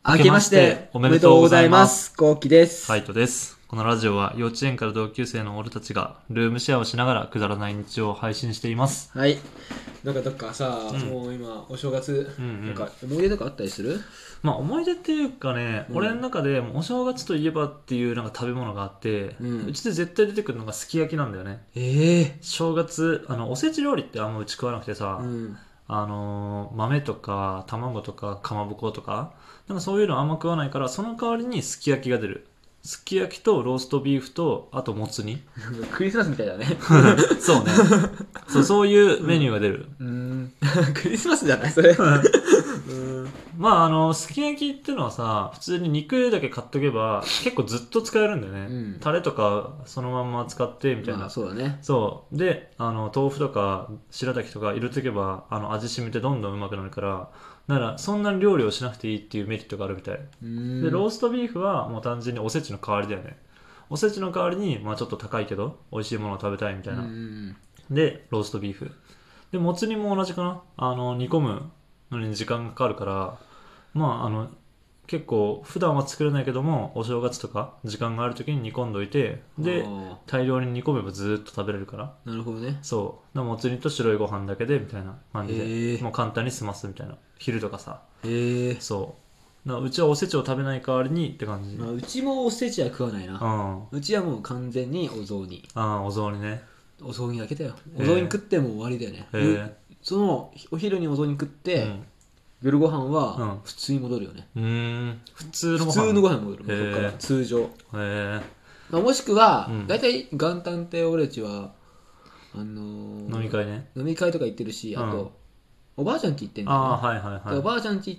明けましておめでとうございます。こうきです。 カイトです。このラジオは幼稚園から同級生の俺たちがルームシェアをしながらくだらない日常を配信しています。 はい。なんかどっかさ、もう今お正月、なんか思い出とかあったりする？ まあ思い出っていうかね、俺の中でお正月といえばっていうなんか食べ物があって、うちで絶対出てくるのがすき焼きなんだよね。正月おせち料理ってあんまうち食わなくてさ、豆とか卵とかかまぼことかなんかそういうのあんま食わないから、その代わりにすき焼きが出る。すき焼きとローストビーフとあともつ煮クリスマスみたいだね。 そうねそういうメニューが出る。 クリスマスじゃないそれ。 まあすき焼きってのはさ、普通に肉だけ買っとけば結構ずっと使えるんだよね、タレとかそのまんま使ってみたいな、 そうだね。 そうで豆腐とか白滝とか入れとけば味染みてどんどんうまくなるから、だからそんなに料理をしなくていいっていうメリットがあるみたいで、ローストビーフはもう単純におせちの代わりだよね。おせちの代わりに、まあ、ちょっと高いけど美味しいものを食べたいみたいな、でローストビーフで、もつ煮も同じかな。煮込むのに時間がかかるから、まあ結構普段は作れないけどもお正月とか時間がある時に煮込んどいて、で大量に煮込めばずっと食べれるから。 なるほどね。 そうもつ煮と白いご飯だけでみたいな感じで、もう簡単に済ますみたいな。昼とかさ。そうだからうちはおせちを食べない代わりにって感じ。 うちもおせちは食わないな。うちはもう完全にお雑煮。 お雑煮ね。 お雑煮だけだよ。お雑煮食っても終わりだよね。そのお昼にお雑煮食って、夜ご飯は普通に戻るよね。 普通のご飯戻る。そこから通常。もしくは、大体元旦って俺たちは飲み会ね。 飲み会とか行ってるし、あとおばあちゃん家行ってんだよね。おばあちゃん家行って、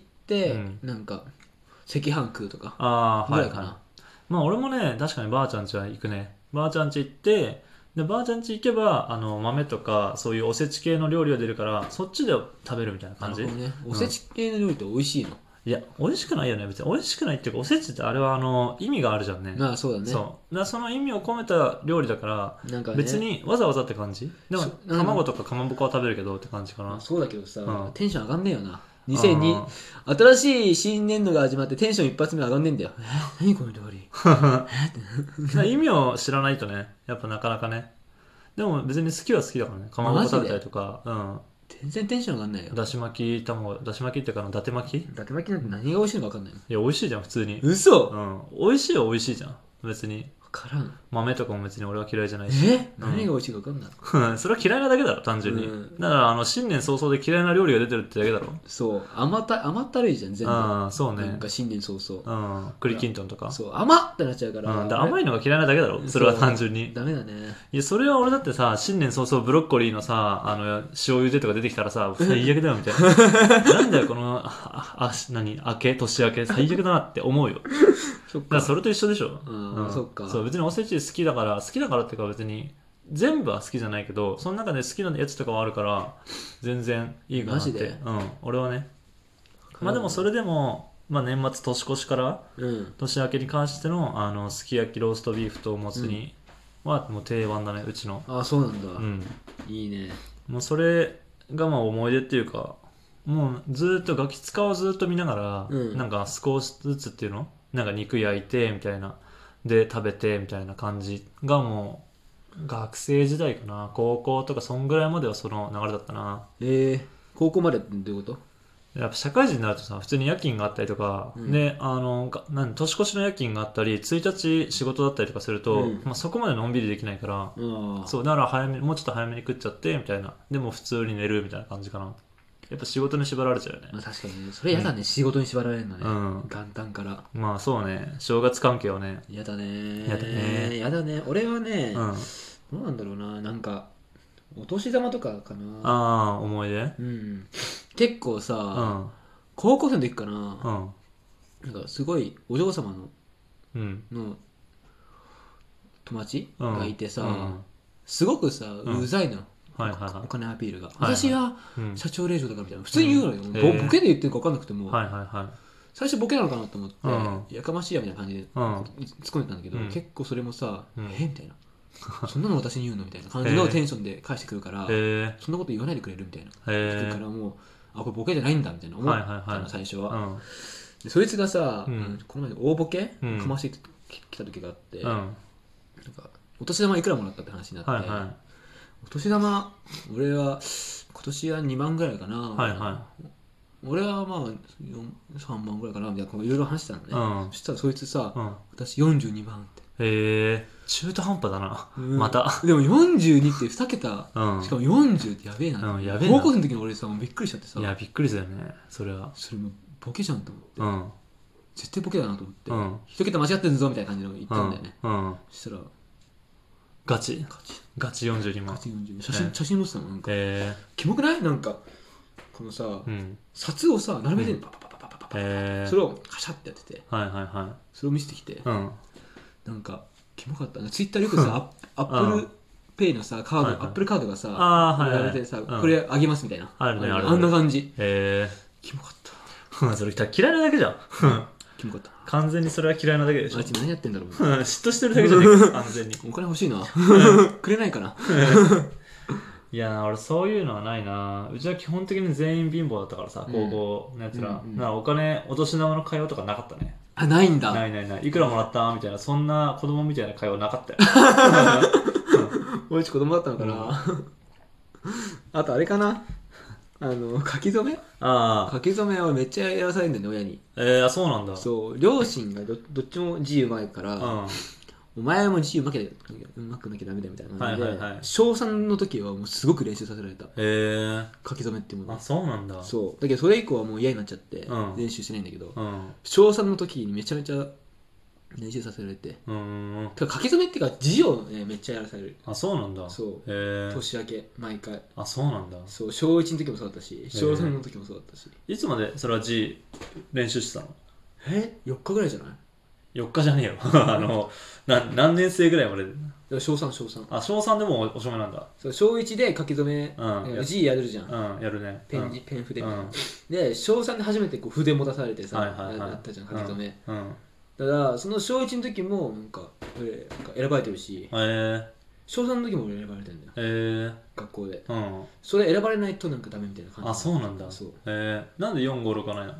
なんか赤飯食うとかぐらいかな。 まあ俺もね、確かにばあちゃん家は行くね。ばあちゃん家行って、でばあちゃん家行けば豆とかそういうおせち系の料理が出るから、そっちで食べるみたいな感じ。 おせち系の料理って美味しいの？ いや美味しくないよね。別に美味しくないっていうか、おせちってあれは意味があるじゃんね。 そうだね。 そうだ、その意味を込めた料理だから、別にわざわざって感じ。でも卵とかかまぼこは食べるけどって感じかな。 そうだけどさ、テンション上がんねえよな。2002新しい新年度が始まってテンション一発目上がんねえんだよ。何この料理。 意味を知らないとね、やっぱなかなかね。でも別に好きは好きだからね。かまぼこ食べたりとか。 全然テンション上がんないよ。 だし巻き卵、だし巻きっていうか伊達巻き。 伊達巻きなんて何が美味しいのか分かんないの。 いや美味しいじゃん普通に。 嘘。 美味しいは美味しいじゃん別に。 分からん。 豆とかも別に俺は嫌いじゃないし。 何が美味しいか分かんない。 それは嫌いなだけだろ単純に。だから新年早々で嫌いな料理が出てるってだけだろ。 そう甘ったるいじゃん全部。 そうね。 なんか新年早々。 栗きんとんとか。 そう甘ってなっちゃうから。 甘いのが嫌いなだけだろそれは単純に。 ダメだね。 いやそれは俺だってさ、新年早々ブロッコリーのさ塩茹でとか出てきたらさ、最悪だよみたいな。なんだよこの年明け最悪だなって思うよ。だからそれと一緒でしょ。 そっか。 そう別におせち好きだからっていうか、別に全部は好きじゃないけど、その中で好きなやつとかはあるから全然いいかなって。 マジで？ 俺はね。まあでもそれでも、まあ、年末年越しから年明けに関してのすき焼きローストビーフともつ煮はもう定番だねうちの。 そうなんだ。いいね。 もうそれがまあ思い出っていうか、もうずっとガキ使をずっと見ながら、なんか少しずつっていうの、なんか肉焼いてみたいなで食べてみたいな感じが、もう学生時代かな、高校とかそんぐらいまではその流れだったな。 高校までってどういうこと？ やっぱ社会人になるとさ、普通に夜勤があったりとか、で年越しの夜勤があったり1日仕事だったりとかすると、そこまでのんびりできないから、そうだからもうちょっと早めに食っちゃってみたいな。でも普通に寝るみたいな感じかな。やっぱ仕事に縛られちゃうよね。 確かにね。それ嫌だね、仕事に縛られるのね。元旦から。 まあそうね、正月関係はね。 嫌だね。俺はね、どうなんだろうな、なんかお年玉とかかな。 思い出。 結構さ、高校生の時かな、なんかすごいお嬢様の友達がいてさ、すごくさうざいの、お金アピールが。私は社長令嬢だからみたいな普通に言うのよ。ボケで言ってるか分かんなくても、最初ボケなのかなと思って、やかましいやみたいな感じで突っ込んでたんだけど、結構それもさ、みたいな。そんなの私に言うのみたいな感じのテンションで返してくるから、そんなこと言わないでくれるみたいな。だからもうこれボケじゃないんだみたいな思ったの最初は。 そいつがさ、 うんこの前大ボケ、 うんかましてきた時があって、 うん。 なんかお年玉いくらもらったって話になって、 はいはお年玉俺は今年は2万ぐらいかな、 はいは俺はまあ3万ぐらいかなみたいないろいろ話してたのね、 うんそしたらそいつさ、 うん。 私42万ってへえ、中途半端だな。また。 でも42って2桁、 うんしかも40ってやべえな、 やべえな高校生の時に俺さもうびっくりしちゃってさ、 いや、びっくりするよね。それは。 それもうボケじゃんと思って、 うん。 絶対ボケだなと思って、 うん一桁間違ってんぞみたいな感じの言ったんだよね、 うん。 そしたらガチガチガチ42万。 ガチ40写ね真写真載せたのなんかへキモくないなんかこのさ、 え。うん。 札をさ並べてんのパパパパパパパパ、 へえ。 それをカシャってやっててはいはいはい。 それを見せてきて、 うん。 なんかキモかったツイッターよくさアップルペイのさカード、 はいはいアップルカードがさあーはいはい言われてさ、 うんこれあげますみたいなあるねあるねあんな感じへキモかったえ。それ嫌いなだけじゃん。 キモかった完全にそれは嫌いなだけでしょ。 あいつ何やってんだろう嫉妬してるだけじゃねえか、完全に。 お金欲しいなくれないかな。 いやー、俺そういうのはないな。うちは基本的に全員貧乏だったからさ、高校のやつら。 うんうんなお金、お年玉の会話とかなかったね。 あないんだないないない。いくらもらったみたいな、そんな子供みたいな会話なかったよ。 俺っち子供だったのかな、あとあれかな書き初めああ。 書き初めはめっちゃやらされるんだよね親にあ、そうなんだ。 そう両親がどっちも字うまいから、 うん。 お前も字うまくなきゃダメだみたいな感じで、 はいはいはい小3の時はもうすごく練習させられたへえ。 書き初めっていうものあ、そうなんだ。 そうだけどそれ以降はもう嫌になっちゃってうん練習してないんだけど、 うん。 小3の時にめちゃめちゃ練習させられてうーん。 てか書き初めっていうか字をねめっちゃやらされるあ、そうなんだ。 そうへえ。 年明け毎回あ、そうなんだ。 そう小1の時もそうだったし小3の時もそうだったし、 いつまでそれは字練習してたの 4日ぐらいじゃない？ ?4 日じゃねえよ。何年生ぐらいまで。 小3小3 あ、小3でもおしょめなんだ。 そう小1で書き初め、 うん字やるじゃん、 うん、やるね。 ペン筆みたいな、 うんで小3で初めてこう筆持たされてさ、 はいはいはいやったじゃん書き初め、 うん。 だからその小1の時もなんか俺なんか選ばれてるし小3の時も俺選ばれてるんだよ学校でうん。 それ選ばれないとなんかダメみたいな感じあ、そうなんだ。 そうなんで4、5、6がないの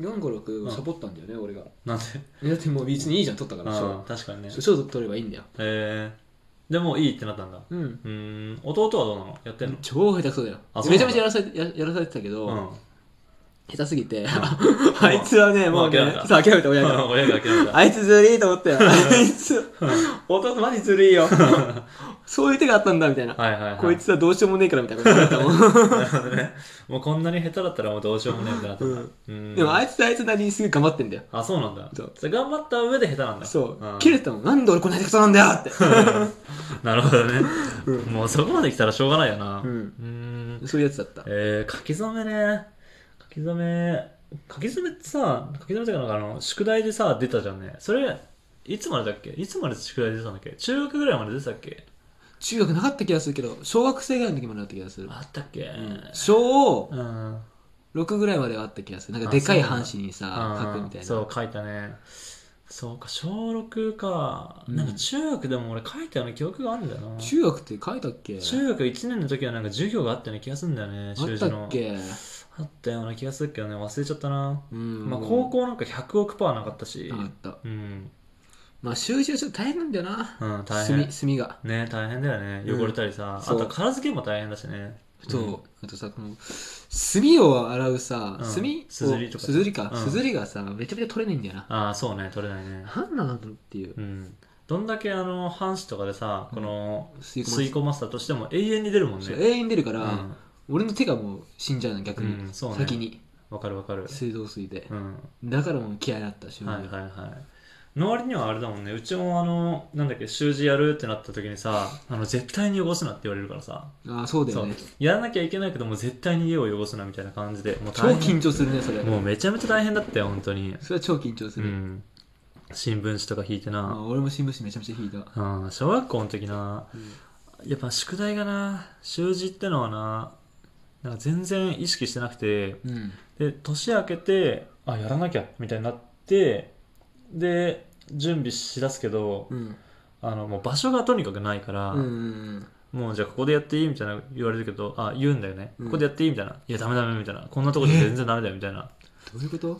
456サボったんだよね、俺がなんでだってもう別にいいじゃん取ったからうん、確かにね。 賞取ればいいんだよでもいいってなったんだ。 うん弟はどうなのやってんの超下手くそだよあそうなんだめちゃめちゃやらされてたけど、 うん。 下手すぎてあいつはねもうねもう諦めたそう諦めた親が親が諦めた。 あいつずるいと思ったよあいつ弟マジずるいよそういう手があったんだみたいな、 はいはいはい。 こいつはどうしようもねえからみたいなこと言われたもんなるほどね。もうこんなに下手だったらもうどうしようもねえってなったんだ。うんでもあいつなりにすごい頑張ってんだよあ、そうなんだ。 そうそれ頑張った上で下手なんだ。 そう、 ん切れてたもんなんで俺こんな下手くそなんだよってなるほどね。もうそこまで来たらしょうがないよな。 うんそういうやつだった書き初めね。書き初めってさ、書き初めってかなんか宿題でさ、出たじゃんね。それ、いつまでだっけいつまで宿題出たんだっけ中学ぐらいまで出てたっけ中学なかった気がするけど小学生ぐらいの時まであった気がするあったっけ小うん。 6ぐらいまではあった気がするなんかでかい半紙にさ書くみたいなそう、書いたね。そうか、小6か。なんか中学でも俺書いたような記憶があるんだよな。 中学って書いたっけ中学1年の時はなんか授業があったような気がするんだよね、 あった習字の。 っけあったような気がするけどね、忘れちゃったな。 うんまあ高校なんか100億パーなかったし。 なかったうん。 まあ習字はちょっと大変なんだよなうん、大変。 墨がね、大変だよね。汚れたりさ。あそうと片付けも大変だしね。 そうあとさこの墨を洗うさうん墨すずりとかすずりかうんすずりがさめちゃめちゃ取れないんだよなああ、そうね、取れないね。 なんなのっていううん。どんだけ半紙とかでさ、この吸い込ま吸い込ませたとしても永遠に出るもんね。 そう永遠に出るからうん俺の手がもう死んじゃうの逆にうんそうね先にわかるわかる。 水道水でうん。 だからもう嫌いだった習字はいはいはい。の割にはあれだもんね、うちもなんだっけ、習字やるってなった時にさ、絶対に汚すなって言われるからさ、 ああそうだそうよねやらなきゃいけないけども絶対に家を汚すなみたいな感じで、もう超大変緊張するねそれもうめちゃめちゃ大変だったよ、本当に。 それは超緊張するうん。新聞紙とか引いてあな。 俺も新聞紙めちゃめちゃ引いたうん、小学校の時な、やっぱ宿題がな、習字ってのはな、なんか全然意識してなくて、 うんで、年明けて、あ、やらなきゃみたいになって、で、準備しだすけど、 うんもう場所がとにかくないから、 うんもうじゃあここでやっていいみたいな言われるけど、言うんだよね。 うんここでやっていいみたいな。いや、ダメダメみたいな。こんなとこじゃ全然ダメだよみたいな。 どういうこと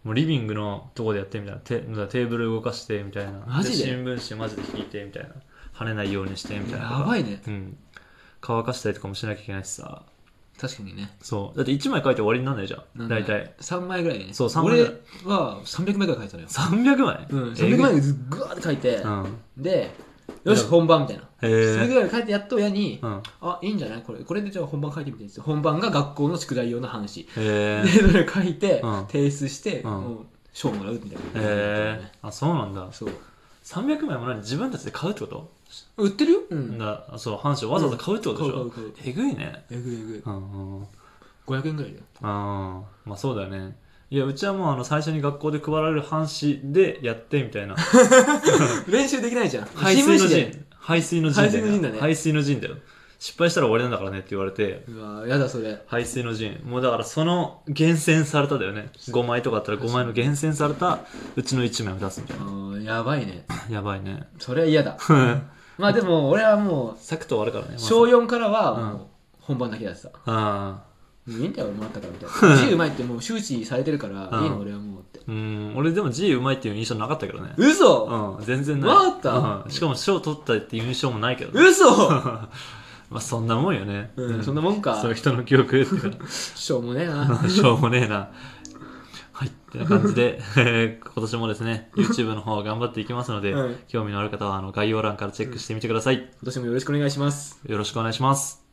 もうリビングのとこでやってみたいな、テーブル動かしてみたいな、 マジで新聞紙マジで引いてみたいな、跳ねないようにしてみたいな、 やばいね。 乾かしたりとかもしなきゃいけないしさ。 確かにね。 そうだって1枚書いて終わりになんないじゃん、大体 3枚ぐらいね。 そう3枚ぐらい。 俺は300枚ぐらい書いてたのよ。 300枚 300枚ぐわーって書いて、でよし本番みたいな。それぐらい書いてやっと親に、あ、いいんじゃないこれでじゃあ本番書いてみて。本番が学校の宿題用の話で、それ書いて提出して、もう賞もらうみたいな。 あ、そうなんだ。 そう 300枚も何自分たちで買うってこと？ 売ってるよ。 そう、半紙をわざわざ買うってことでしょ。えぐいね。 えぐいえぐい。500円ぐらいだよ。 まあそうだよね。いや、うちはもう最初に学校で配られる半紙でやってみたいな。 練習できないじゃん。 排水の陣。排水の陣だね。 排水の陣だよ。失敗したら終わりなんだからねって言われて。 うわやだそれ。 排水の陣。もうだからその厳選されただよね。5枚とかあったら5枚の厳選されたうちの1枚を出すみたいな。 やばいね。 やばいね。 それは嫌だ。まあでも俺はもうサクッと終わるからね。 小4からはもう本番だけやってた。いいんだよもらったからみたいな。字うまいってもう周知されてるからいいの俺はもうって。 俺でも字うまいっていう印象なかったけどね。 嘘。 全然ない。 わかった。 しかも賞取ったっていう印象もないけど。 嘘。 まあそんなもんよね。 そんなもんか。 そういう人の記憶っていうか。 しょうもねえな。 しょうもねえな。はい。ってな感じで、今年もですね、YouTube の方頑張っていきますので、興味のある方は概要欄からチェックしてみてください。今年もよろしくお願いします。 よろしくお願いします。